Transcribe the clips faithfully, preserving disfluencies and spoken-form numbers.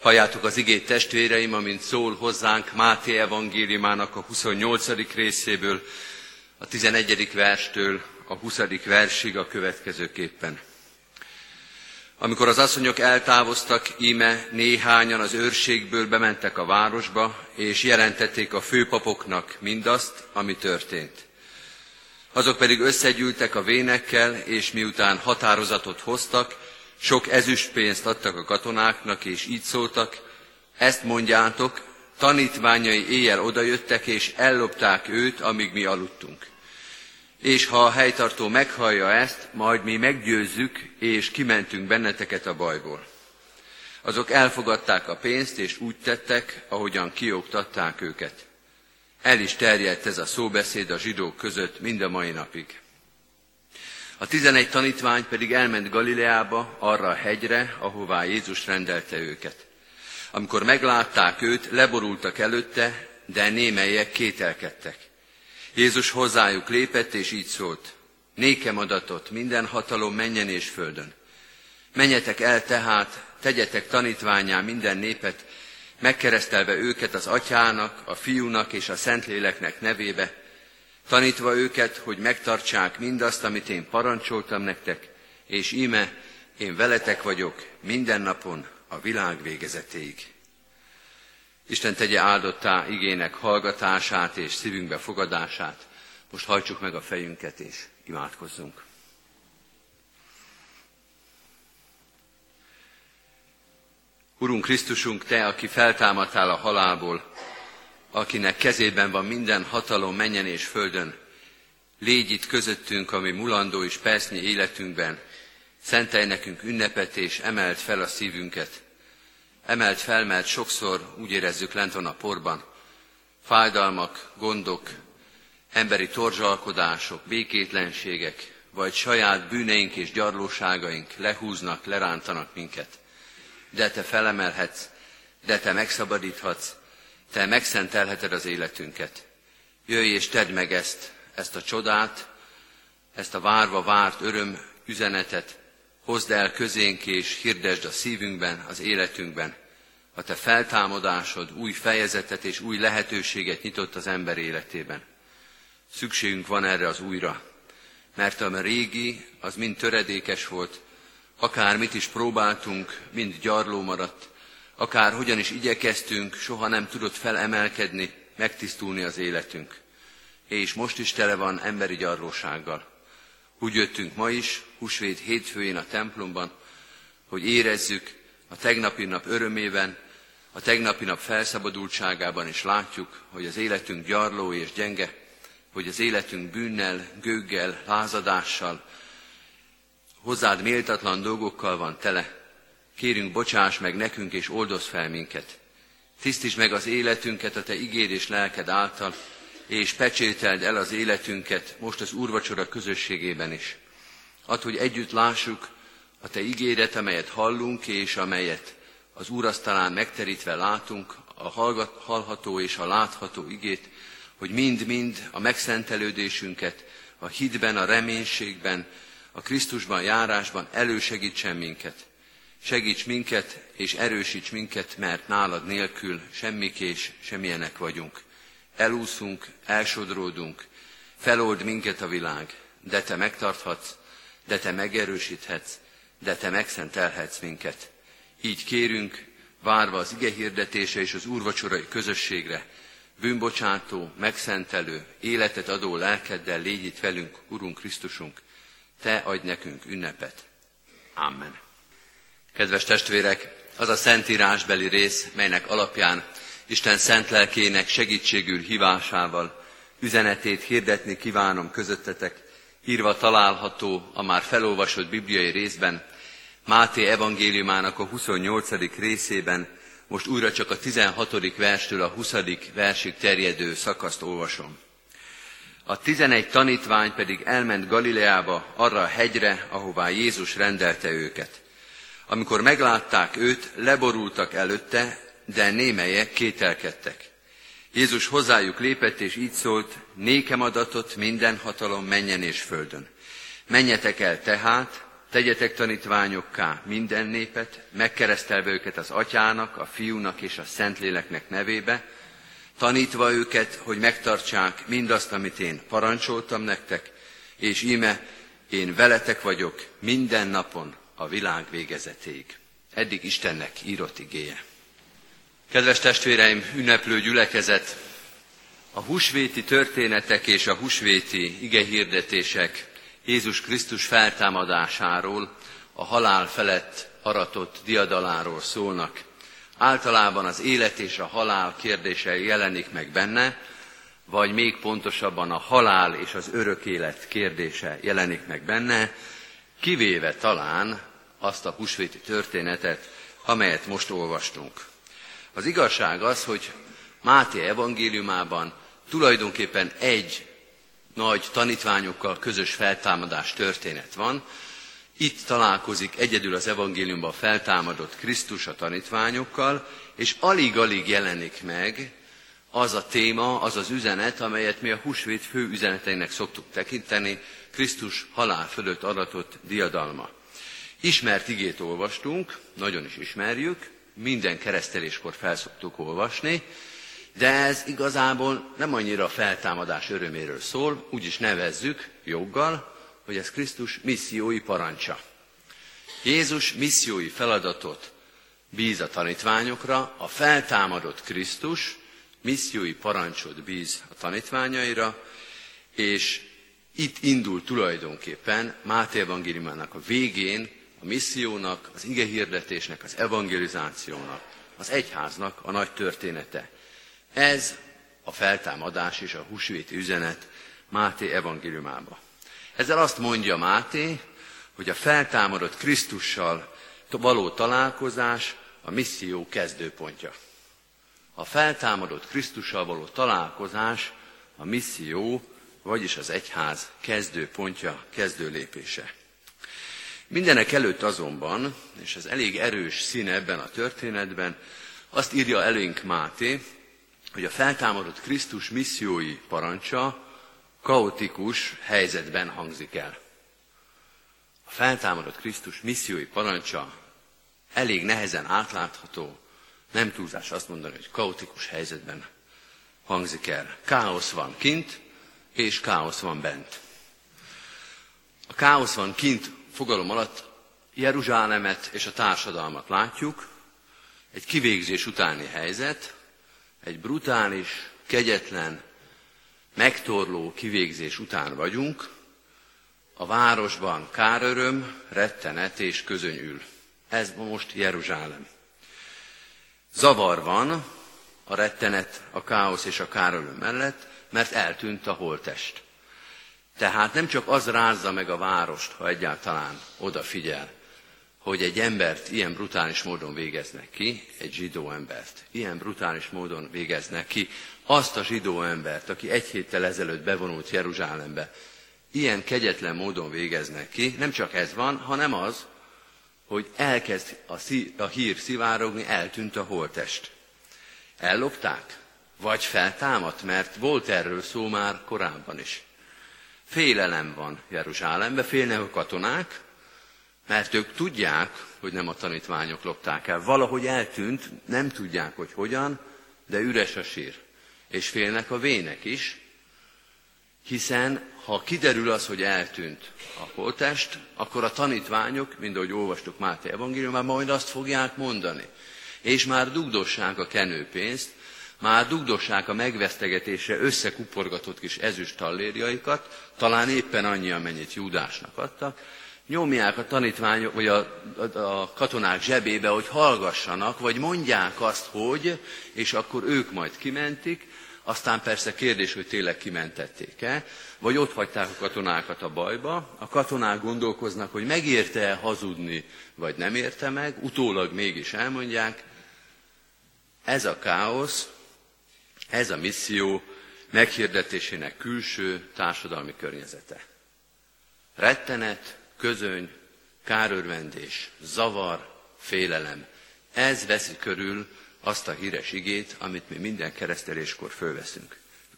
Halljátok az igét, testvéreim, amint szól hozzánk Máté evangéliumának a huszonnyolcadik részéből, a tizenegyedik verstől a huszadik versig a következőképpen. Amikor az asszonyok eltávoztak, íme néhányan az őrségből bementek a városba, és jelentették a főpapoknak mindazt, ami történt. Azok pedig összegyűltek a vénekkel, és miután határozatot hoztak, sok ezüstpénzt adtak a katonáknak, és így szóltak: ezt mondjátok, tanítványai éjjel odajöttek, és ellopták őt, amíg mi aludtunk. És ha a helytartó meghallja ezt, majd mi meggyőzzük, és kimentünk benneteket a bajból. Azok elfogadták a pénzt, és úgy tettek, ahogyan kioktatták őket. El is terjedt ez a szóbeszéd a zsidók között mind a mai napig. A tizenegy tanítvány pedig elment Galileába, arra a hegyre, ahová Jézus rendelte őket. Amikor meglátták őt, leborultak előtte, de némelyek kételkedtek. Jézus hozzájuk lépett, és így szólt: nékem adatott minden hatalom mennyen és földön. Menjetek el tehát, tegyetek tanítvánnyá minden népet, megkeresztelve őket az Atyának, a Fiúnak és a Szentléleknek nevébe, tanítva őket, hogy megtartsák mindazt, amit én parancsoltam nektek, és íme, én veletek vagyok minden napon a világ végezetéig. Isten tegye áldottá igének hallgatását és szívünkbe fogadását. Most hajtsuk meg a fejünket és imádkozzunk. Urunk Krisztusunk, Te, aki feltámadtál a halálból, akinek kezében van minden hatalom mennyen és földön, légy itt közöttünk, ami mulandó és percnyi életünkben, szentelj nekünk ünnepet és emeld fel a szívünket. Emeld fel, mert sokszor úgy érezzük lent van a porban, fájdalmak, gondok, emberi torzsalkodások, békétlenségek, vagy saját bűneink és gyarlóságaink lehúznak, lerántanak minket. De Te felemelhetsz, de Te megszabadíthatsz, Te megszentelheted az életünket. Jöjj és tedd meg ezt, ezt a csodát, ezt a várva várt öröm üzenetet, hozd el közénk és hirdesd a szívünkben, az életünkben. A Te feltámadásod új fejezetet és új lehetőséget nyitott az ember életében. Szükségünk van erre az újra, mert a régi az mind töredékes volt, akár mit is próbáltunk, mind gyarló maradt, akár hogyan is igyekeztünk, soha nem tudott felemelkedni, megtisztulni az életünk. És most is tele van emberi gyarlósággal. Úgy jöttünk ma is, húsvét hétfőjén a templomban, hogy érezzük a tegnapi nap örömében, a tegnapi nap felszabadultságában is látjuk, hogy az életünk gyarló és gyenge, hogy az életünk bűnnel, gőggel, lázadással, hozzád méltatlan dolgokkal van tele. Kérünk, bocsáss meg nekünk és oldozz fel minket. Tisztítsd meg az életünket a Te igéd és lelked által, és pecsételd el az életünket most az úrvacsora közösségében is. Add, hogy együtt lássuk a Te igédet, amelyet hallunk, és amelyet az úrasztalán megterítve látunk, a hallható és a látható igét, hogy mind-mind a megszentelődésünket, a hitben, a reménységben, a Krisztusban járásban elősegítsen minket. Segíts minket, és erősíts minket, mert nálad nélkül semmikés, semmilyenek vagyunk. Elúszunk, elsodródunk, felold minket a világ, de Te megtarthatsz, de Te megerősíthetsz, de Te megszentelhetsz minket. Így kérünk, várva az ige hirdetése és az úrvacsorai közösségre, bűnbocsátó, megszentelő, életet adó lelkeddel légy itt velünk, Urunk Krisztusunk, Te adj nekünk ünnepet. Amen. Kedves testvérek, az a szentírásbeli rész, melynek alapján Isten szent lelkének segítségül hívásával üzenetét hirdetni kívánom közöttetek, írva található a már felolvasott bibliai részben, Máté evangéliumának a huszonnyolcadik részében, most újra csak a tizenhatodik verstől a huszadik versig terjedő szakaszt olvasom. A tizenegy tanítvány pedig elment Galileába, arra a hegyre, ahová Jézus rendelte őket. Amikor meglátták őt, leborultak előtte, de némelyek kételkedtek. Jézus hozzájuk lépett, és így szólt: nékem adatott minden hatalom mennyen és földön. Menjetek el tehát, tegyetek tanítványokká minden népet, megkeresztelve őket az Atyának, a Fiúnak és a Szentléleknek nevébe, tanítva őket, hogy megtartsák mindazt, amit én parancsoltam nektek, és íme én veletek vagyok minden napon a világ végezetéig. Eddig Istennek írott igéje. Kedves testvéreim, ünneplő gyülekezet, a húsvéti történetek és a húsvéti igehirdetések Jézus Krisztus feltámadásáról, a halál felett aratott diadaláról szólnak. Általában az élet és a halál kérdése jelenik meg benne, vagy még pontosabban a halál és az örök élet kérdése jelenik meg benne, kivéve talán azt a húsvéti történetet, amelyet most olvastunk. Az igazság az, hogy Máté evangéliumában tulajdonképpen egy nagy tanítványokkal közös feltámadás történet van. Itt találkozik egyedül az evangéliumban feltámadott Krisztus a tanítványokkal, és alig-alig jelenik meg az a téma, az az üzenet, amelyet mi a húsvét fő üzeneteinek szoktuk tekinteni, Krisztus halál fölött aratott diadalma. Ismert igét olvastunk, nagyon is ismerjük, minden kereszteléskor felszoktuk olvasni, de ez igazából nem annyira a feltámadás öröméről szól, úgy is nevezzük joggal, hogy ez Krisztus missziói parancsa. Jézus missziói feladatot bíz a tanítványokra, a feltámadott Krisztus missziói parancsot bíz a tanítványaira, és itt indul tulajdonképpen Máté evangéliumának a végén a missziónak, az igehirdetésnek, az evangelizációnak, az egyháznak a nagy története. Ez a feltámadás és a húsvéti üzenet Máté evangéliumában. Ezzel azt mondja Máté, hogy a feltámadott Krisztussal való találkozás a misszió kezdőpontja. A feltámadott Krisztussal való találkozás a misszió, vagyis az egyház kezdőpontja, kezdőlépése. Mindenek előtt azonban, és ez elég erős szín ebben a történetben, azt írja elénk Máté, hogy a feltámadott Krisztus missziói parancsa kaotikus helyzetben hangzik el. A feltámadott Krisztus missziói parancsa elég nehezen átlátható, nem túlzás azt mondani, hogy kaotikus helyzetben hangzik el. Káosz van kint, és káosz van bent. A káosz van kint fogalom alatt Jeruzsálemet és a társadalmat látjuk, egy kivégzés utáni helyzet, egy brutális, kegyetlen, megtorló kivégzés után vagyunk, a városban káröröm, rettenet és közöny ül. Ez most Jeruzsálem. Zavar van a rettenet, a káosz és a káröröm mellett, mert eltűnt a holttest. Tehát nem csak az rázza meg a várost, ha egyáltalán odafigyel, hogy egy embert ilyen brutális módon végeznek ki, egy zsidó embert, ilyen brutális módon végeznek ki, azt a zsidó embert, aki egy héttel ezelőtt bevonult Jeruzsálembe, ilyen kegyetlen módon végeznek ki, nem csak ez van, hanem az, hogy elkezd a, szí- a hír szivárogni, eltűnt a holttest. Ellopták? Vagy feltámadt? Mert volt erről szó már korábban is. Félelem van Jeruzsálemben, félnek a katonák, mert ők tudják, hogy nem a tanítványok lopták el. Valahogy eltűnt, nem tudják, hogy hogyan, de üres a sír. És félnek a vének is, hiszen ha kiderül az, hogy eltűnt a holttest, akkor a tanítványok, mind ahogy olvastuk Máté evangéliumában, majd azt fogják mondani. És már dugdossák a kenőpénzt, már dugdossák a megvesztegetésre összekuporgatott kis ezüst tallérjaikat, talán éppen annyi, amennyit Júdásnak adtak, nyomják a tanítványok, vagy a, a, a katonák zsebébe, hogy hallgassanak, vagy mondják azt, hogy, és akkor ők majd kimentik, aztán persze kérdés, hogy tényleg kimentették-e, vagy ott hagyták a katonákat a bajba, a katonák gondolkoznak, hogy megérte-e hazudni, vagy nem érte meg, utólag mégis elmondják. Ez a káosz, ez a misszió meghirdetésének külső társadalmi környezete. Rettenet, közöny, kárörvendés, zavar, félelem. Ez veszi körül azt a híres igét, amit mi minden kereszteléskor fölveszünk.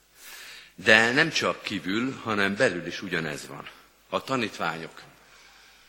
De nem csak kívül, hanem belül is ugyanez van. A tanítványok,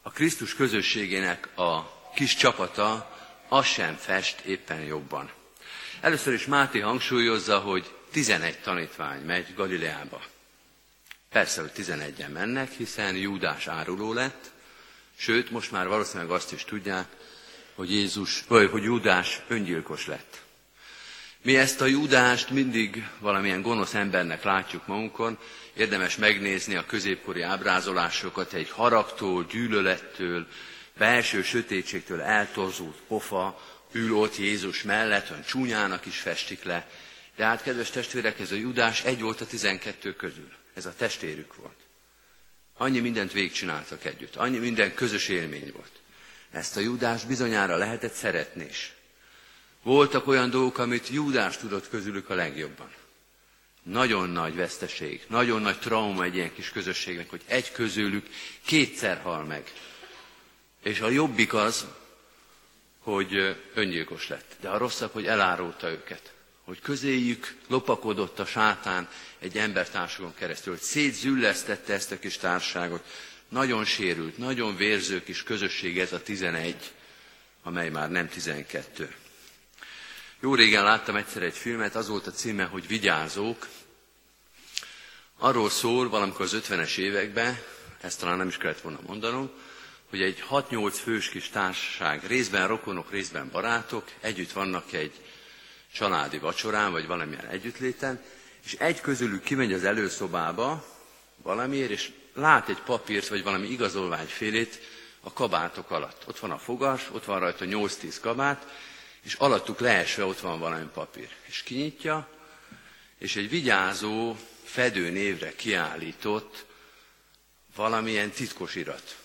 a Krisztus közösségének a kis csapata, az sem fest éppen jobban. Először is Máté hangsúlyozza, hogy tizenegy tanítvány megy Galileába. Persze, hogy tizenegyen mennek, hiszen Júdás áruló lett, sőt, most már valószínűleg azt is tudják, hogy Jézus, vagy hogy Júdás öngyilkos lett. Mi ezt a Júdást mindig valamilyen gonosz embernek látjuk magunkon, érdemes megnézni a középkori ábrázolásokat, egy haragtól, gyűlölettől, belső sötétségtől eltorzult pofa ül ott Jézus mellett, olyan csúnyának is festik le. De hát, kedves testvérek, ez a Júdás egy volt a tizenkettő közül. Ez a testvérük volt. Annyi mindent végigcsináltak együtt, annyi minden közös élmény volt. Ezt a Júdás bizonyára lehetett szeretni is. Voltak olyan dolgok, amit Júdás tudott közülük a legjobban. Nagyon nagy veszteség, nagyon nagy trauma egy ilyen kis közösségnek, hogy egy közülük kétszer hal meg. És a jobbik az, hogy öngyilkos lett. De a rosszabb, hogy elárulta őket. Hogy közéjük lopakodott a sátán egy embertársagon keresztül, hogy szétzüllesztette ezt a kis társaságot. Nagyon sérült, nagyon vérző kis közösség ez a tizenegy, amely már nem tizenkettő. Jó régen láttam egyszer egy filmet, az volt a címe, hogy Vigyázók. Arról szól, valamikor az ötvenes években, ezt talán nem is kellett volna mondanom, hogy egy hat-nyolc fős kis társaság, részben rokonok, részben barátok, együtt vannak egy családi vacsorán, vagy valamilyen együttléten, és egy közülük kimegy az előszobába valamiért, és lát egy papírt, vagy valami igazolványfélét a kabátok alatt. Ott van a fogas, ott van rajta nyolc-tíz kabát, és alattuk leesve ott van valami papír. És kinyitja, és egy vigyázó fedőnévre kiállított valamilyen titkos irat.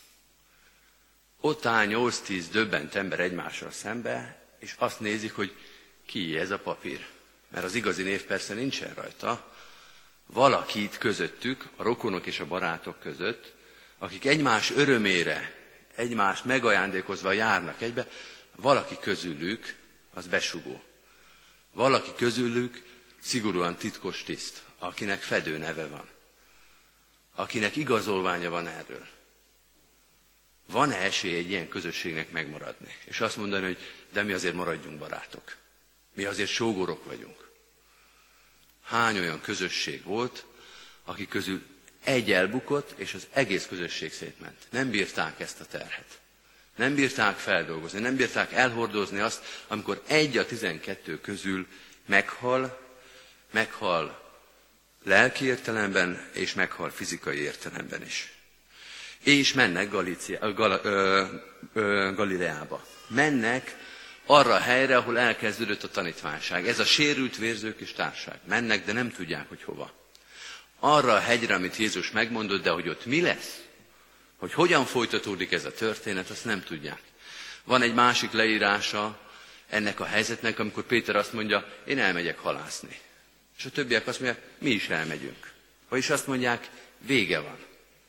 Ott áll nyolc-tíz döbbent ember egymással szembe, és azt nézik, hogy ki ez a papír. Mert az igazi név persze nincsen rajta. Valaki itt közöttük, a rokonok és a barátok között, akik egymás örömére, egymást megajándékozva járnak egybe, valaki közülük az besugó. Valaki közülük szigorúan titkos tiszt, akinek fedő neve van. Akinek igazolványa van erről. Van-e esély egy ilyen közösségnek megmaradni? És azt mondani, hogy de mi azért maradjunk barátok. Mi azért sógorok vagyunk. Hány olyan közösség volt, akik közül egy elbukott, és az egész közösség szétment. Nem bírták ezt a terhet. Nem bírták feldolgozni, nem bírták elhordozni azt, amikor egy a tizenkettő közül meghal, meghal lelki értelemben, és meghal fizikai értelemben is. És mennek Galícia, Gal, ö, ö, Galileába. Mennek arra a helyre, ahol elkezdődött a tanítványság. Ez a sérült, vérző kis társaság. Mennek, de nem tudják, hogy hova. Arra a hegyre, amit Jézus megmondott, de hogy ott mi lesz, hogy hogyan folytatódik ez a történet, azt nem tudják. Van egy másik leírása ennek a helyzetnek, amikor Péter azt mondja, én elmegyek halászni. És a többiek azt mondják, mi is elmegyünk. Vagyis azt mondják, vége van.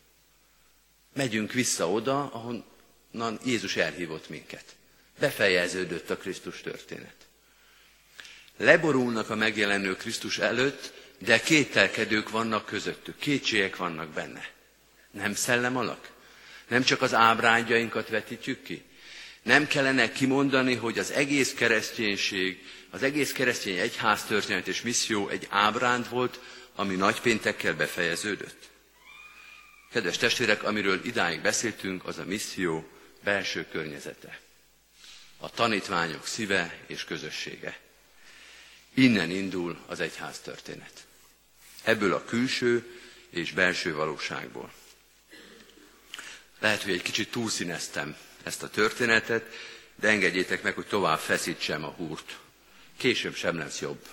Megyünk vissza oda, ahonnan Jézus elhívott minket. Befejeződött a Krisztus történet. Leborulnak a megjelenő Krisztus előtt, de kételkedők vannak közöttük, kétségek vannak benne. Nem szellemalak? Nem csak az ábrányjainkat vetítjük ki? Nem kellene kimondani, hogy az egész kereszténység, az egész keresztény egyház történet és misszió egy ábránd volt, ami nagypéntekkel befejeződött? Kedves testvérek, amiről idáig beszéltünk, az a misszió belső környezete. A tanítványok szíve és közössége. Innen indul az egyház történet. Ebből a külső és belső valóságból. Lehet, hogy egy kicsit túlszíneztem ezt a történetet, de engedjétek meg, hogy tovább feszítsem a húrt. Később sem lesz jobb.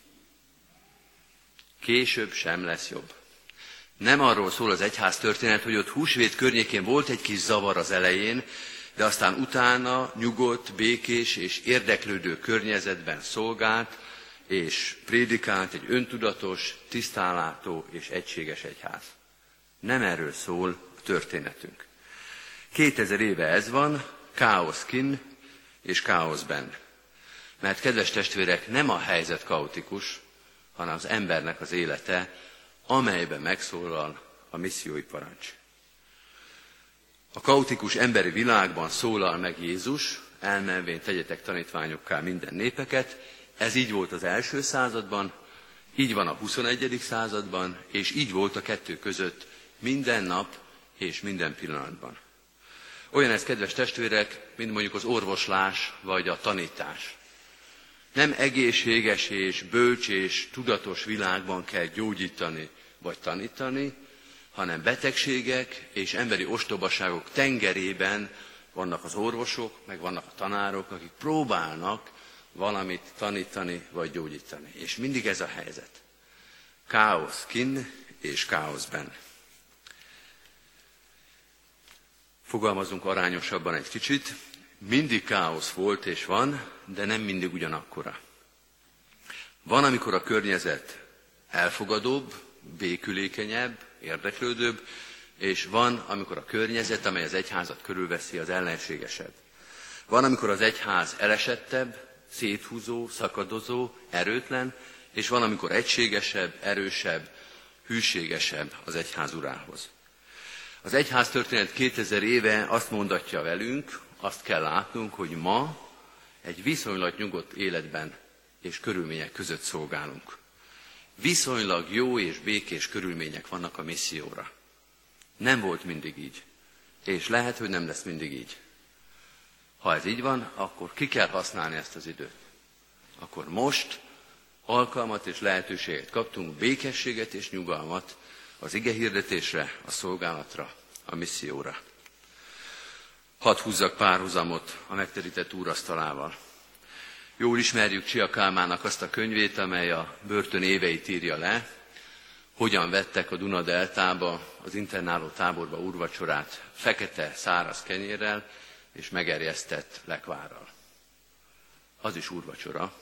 Később sem lesz jobb. Nem arról szól az egyház történet, hogy ott húsvét környékén volt egy kis zavar az elején, de aztán utána nyugodt, békés és érdeklődő környezetben szolgált és prédikált egy öntudatos, tisztánlátó és egységes egyház. Nem erről szól a történetünk. Kétezer éve ez van, káosz kin és káosz benn. Mert kedves testvérek, nem a helyzet kaotikus, hanem az embernek az élete, amelyben megszólal a missziói parancs. A kaotikus emberi világban szólal meg Jézus, elmenvén tegyetek tanítványokká minden népeket. Ez így volt az első században, így van a huszonegyedik században, és így volt a kettő között minden nap és minden pillanatban. Olyan ez, kedves testvérek, mint mondjuk az orvoslás vagy a tanítás. Nem egészséges és bölcs és tudatos világban kell gyógyítani vagy tanítani, hanem betegségek és emberi ostobaságok tengerében vannak az orvosok, meg vannak a tanárok, akik próbálnak valamit tanítani vagy gyógyítani. És mindig ez a helyzet. Káosz kinn és káosz benn. Fogalmazunk arányosabban egy kicsit. Mindig káosz volt és van, de nem mindig ugyanakkora. Van, amikor a környezet elfogadóbb, békülékenyebb, érdeklődőbb, és van, amikor a környezet, amely az egyházat körülveszi, az ellenségesebb. Van, amikor az egyház elesettebb, széthúzó, szakadozó, erőtlen, és van, amikor egységesebb, erősebb, hűségesebb az egyház urához. Az egyház történet kétezer éve azt mondatja velünk, azt kell látnunk, hogy ma egy viszonylag nyugodt életben és körülmények között szolgálunk. Viszonylag jó és békés körülmények vannak a misszióra. Nem volt mindig így, és lehet, hogy nem lesz mindig így. Ha ez így van, akkor ki kell használni ezt az időt. Akkor most alkalmat és lehetőséget kaptunk, békességet és nyugalmat az igehirdetésre, a szolgálatra, a misszióra. Hadd húzzak párhuzamot a megterített úrasztalával. Jól ismerjük Csia Kálmánnak azt a könyvét, amely a börtön éveit írja le, hogyan vettek a Duna deltába, az internáló táborba úrvacsorát fekete, száraz kenyérrel és megerjesztett lekvárral. Az is úrvacsora.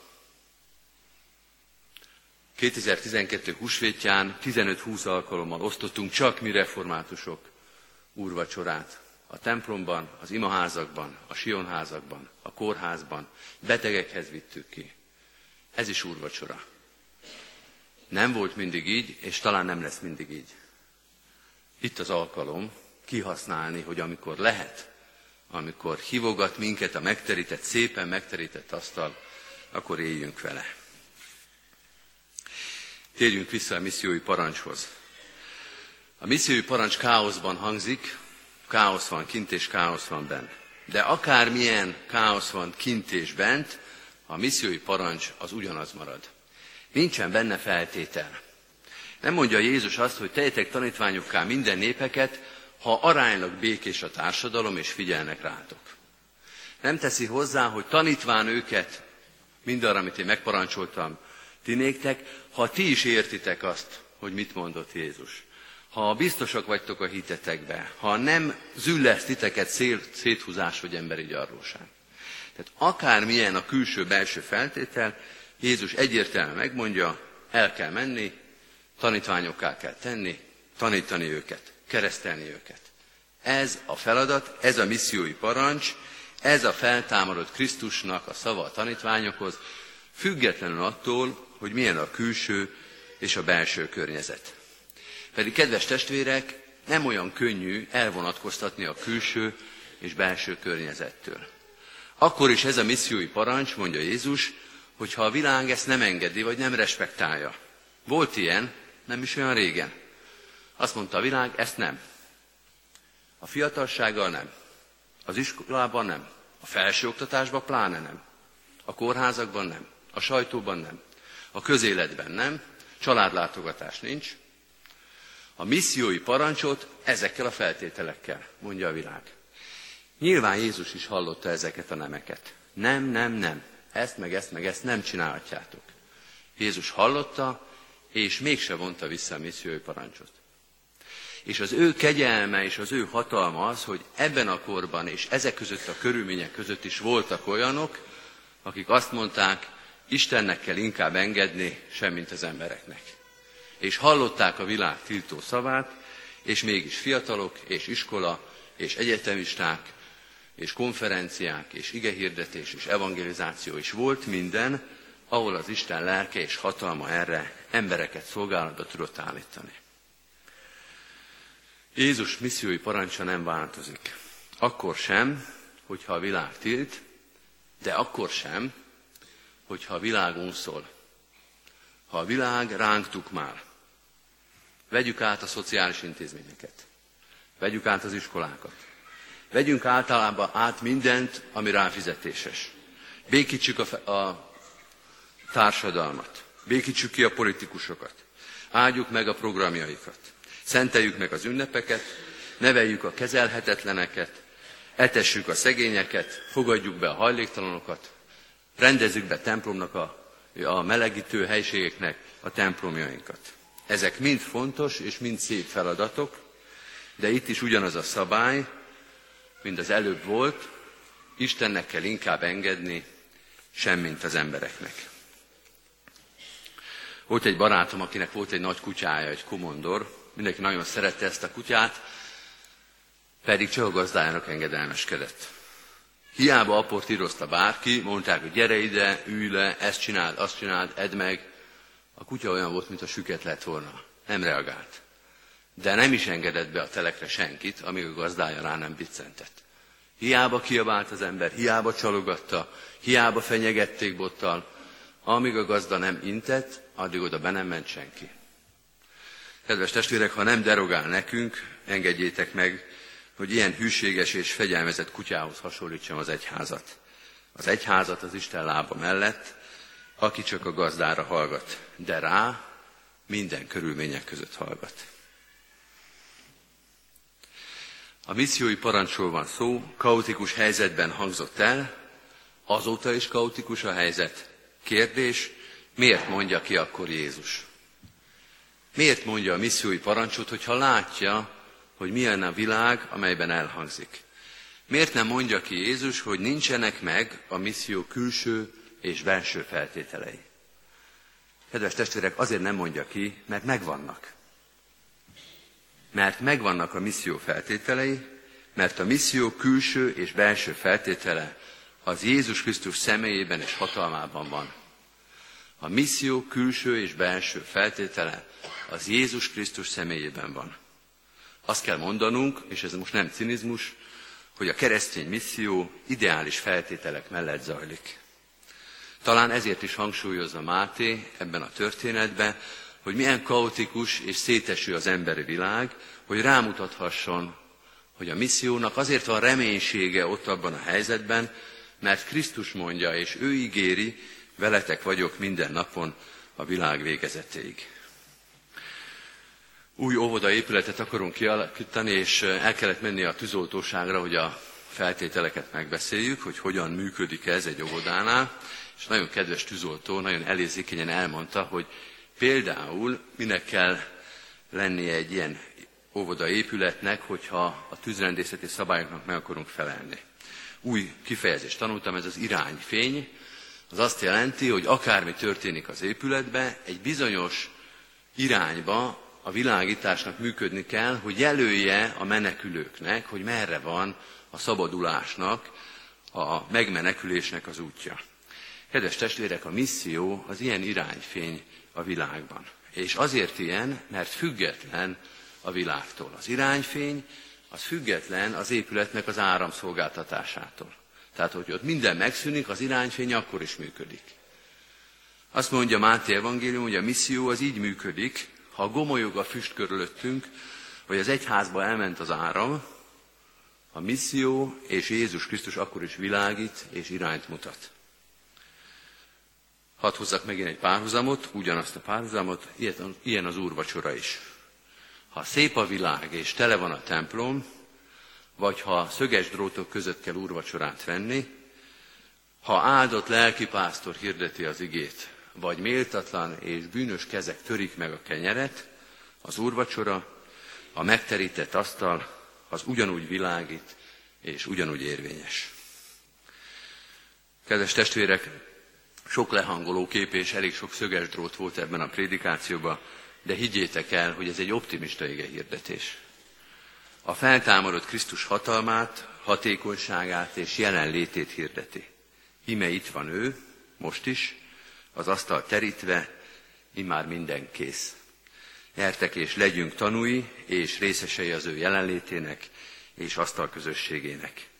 kétezer-tizenkettő húsvétján tizenöt-húsz alkalommal osztottunk csak mi reformátusok úrvacsorát. A templomban, az imaházakban, a sionházakban, a kórházban, betegekhez vittük ki. Ez is úrvacsora. Nem volt mindig így, és talán nem lesz mindig így. Itt az alkalom kihasználni, hogy amikor lehet, amikor hívogat minket a megterített, szépen megterített asztal, akkor éljünk vele. Térjünk vissza a missziói parancshoz. A missziói parancs káoszban hangzik, káosz van kint és káosz van bent. De akármilyen káosz van kint és bent, a missziói parancs az ugyanaz marad. Nincsen benne feltétel. Nem mondja Jézus azt, hogy tegyetek tanítványokká minden népeket, ha aránylag békés a társadalom és figyelnek rátok. Nem teszi hozzá, hogy tanítván őket mindarra, amit én megparancsoltam ti néktek, ha ti is értitek azt, hogy mit mondott Jézus. Ha biztosak vagytok a hitetekbe, ha nem züllesz titeket széthúzás vagy emberi gyarlóság. Tehát akármilyen a külső-belső feltétel, Jézus egyértelműen megmondja, el kell menni, tanítványokká kell tenni, tanítani őket, keresztelni őket. Ez a feladat, ez a missziói parancs, ez a feltámadott Krisztusnak a szava a tanítványokhoz, függetlenül attól, hogy milyen a külső és a belső környezet. Pedig, kedves testvérek, nem olyan könnyű elvonatkoztatni a külső és belső környezettől. Akkor is ez a missziói parancs, mondja Jézus, hogyha a világ ezt nem engedi, vagy nem respektálja. Volt ilyen, nem is olyan régen. Azt mondta a világ, ezt nem. A fiatalsággal nem. Az iskolában nem. A felsőoktatásban pláne nem. A kórházakban nem. A sajtóban nem. A közéletben nem. Családlátogatás nincs. A missziói parancsot ezekkel a feltételekkel, mondja a világ. Nyilván Jézus is hallotta ezeket a nemeket. Nem, nem, nem. Ezt meg ezt meg ezt nem csinálhatjátok. Jézus hallotta, és mégse vonta vissza a missziói parancsot. És az ő kegyelme és az ő hatalma az, hogy ebben a korban és ezek között a körülmények között is voltak olyanok, akik azt mondták, Istennek kell inkább engedni, semmint az embereknek. És hallották a világ tiltó szavát, és mégis fiatalok, és iskola, és egyetemisták, és konferenciák, és igehirdetés, és evangelizáció is volt minden, ahol az Isten lelke és hatalma erre embereket szolgálatba tudott állítani. Jézus missziói parancsa nem változik. Akkor sem, hogyha a világ tilt, de akkor sem, hogyha a világ unszol. Ha a világ ránk tukmál, vegyük át a szociális intézményeket, vegyük át az iskolákat, vegyünk általában át mindent, ami ráfizetéses. Békítsük a, a társadalmat, békítsük ki a politikusokat, áldjuk meg a programjaikat, szenteljük meg az ünnepeket, neveljük a kezelhetetleneket, etessük a szegényeket, fogadjuk be a hajléktalanokat, rendezzük be templomnak a, a melegítő helységeknek a templomjainkat. Ezek mind fontos és mind szép feladatok, de itt is ugyanaz a szabály, mint az előbb volt, Istennek kell inkább engedni, semmint az embereknek. Volt egy barátom, akinek volt egy nagy kutyája, egy komondor, mindenki nagyon szerette ezt a kutyát, pedig csak a gazdájának engedelmeskedett. Hiába aportírozta bárki, mondták, hogy gyere ide, ülj le, ezt csináld, azt csináld, edd meg. A kutya olyan volt, mint a süket lett volna. Nem reagált. De nem is engedett be a telekre senkit, amíg a gazdája rá nem biccentett. Hiába kiabált az ember, hiába csalogatta, hiába fenyegették bottal, amíg a gazda nem intett, addig oda be nem ment senki. Kedves testvérek, ha nem derogál nekünk, engedjétek meg, hogy ilyen hűséges és fegyelmezett kutyához hasonlítsam az egyházat. Az egyházat az Isten lába mellett, aki csak a gazdára hallgat, de rá minden körülmények között hallgat. A missziói parancsról van szó, kaotikus helyzetben hangzott el, azóta is kaotikus a helyzet. Kérdés, miért mondja ki akkor Jézus? Miért mondja a missziói parancsot, hogyha látja, hogy milyen a világ, amelyben elhangzik? Miért nem mondja ki Jézus, hogy nincsenek meg a misszió külső és belső feltételei? Kedves testvérek, azért nem mondja ki, mert megvannak. Mert megvannak a misszió feltételei, mert a misszió külső és belső feltétele az Jézus Krisztus személyében és hatalmában van. A misszió külső és belső feltétele az Jézus Krisztus személyében van. Azt kell mondanunk, és ez most nem cinizmus, hogy a keresztény misszió ideális feltételek mellett zajlik. Talán ezért is hangsúlyozza Máté ebben a történetben, hogy milyen kaotikus és széteső az emberi világ, hogy rámutathasson, hogy a missziónak azért van reménysége ott abban a helyzetben, mert Krisztus mondja, és ő ígéri, veletek vagyok minden napon a világ végezetéig. Új óvodaépületet akarunk kialakítani, és el kellett menni a tűzoltóságra, hogy a feltételeket megbeszéljük, hogy hogyan működik ez egy óvodánál, és nagyon kedves tűzoltó, nagyon elérzékenyen elmondta, hogy például minek kell lennie egy ilyen óvodaépületnek, hogyha a tűzrendészeti szabályoknak meg akarunk felelni. Új kifejezést tanultam, ez az irányfény, az azt jelenti, hogy akármi történik az épületben, egy bizonyos irányba a világításnak működni kell, hogy jelölje a menekülőknek, hogy merre van a szabadulásnak, a megmenekülésnek az útja. Kedves testvérek, a misszió az ilyen irányfény a világban. És azért ilyen, mert független a világtól. Az irányfény az független az épületnek az áramszolgáltatásától. Tehát, hogy ott minden megszűnik, az irányfény akkor is működik. Azt mondja Máté evangélium, hogy a misszió az így működik, ha gomolyog a füst körülöttünk, vagy az egyházba elment az áram, a misszió és Jézus Krisztus akkor is világít és irányt mutat. Hadd hozzak megint egy párhuzamot, ugyanazt a párhuzamot, ilyen az úrvacsora is. Ha szép a világ és tele van a templom, vagy ha szöges drótok között kell úrvacsorát venni, ha áldott lelkipásztor hirdeti az igét, vagy méltatlan és bűnös kezek törik meg a kenyeret, az úrvacsora, a megterített asztal, az ugyanúgy világít és ugyanúgy érvényes. Kedves testvérek, sok lehangoló kép és elég sok szöges drót volt ebben a prédikációban, de higgyétek el, hogy ez egy optimista igehirdetés. A feltámadott Krisztus hatalmát, hatékonyságát és jelenlétét hirdeti. Ime itt van ő, most is, az asztal terítve, immár minden kész. Gyertek és legyünk tanúi és részesei az ő jelenlétének és asztal közösségének.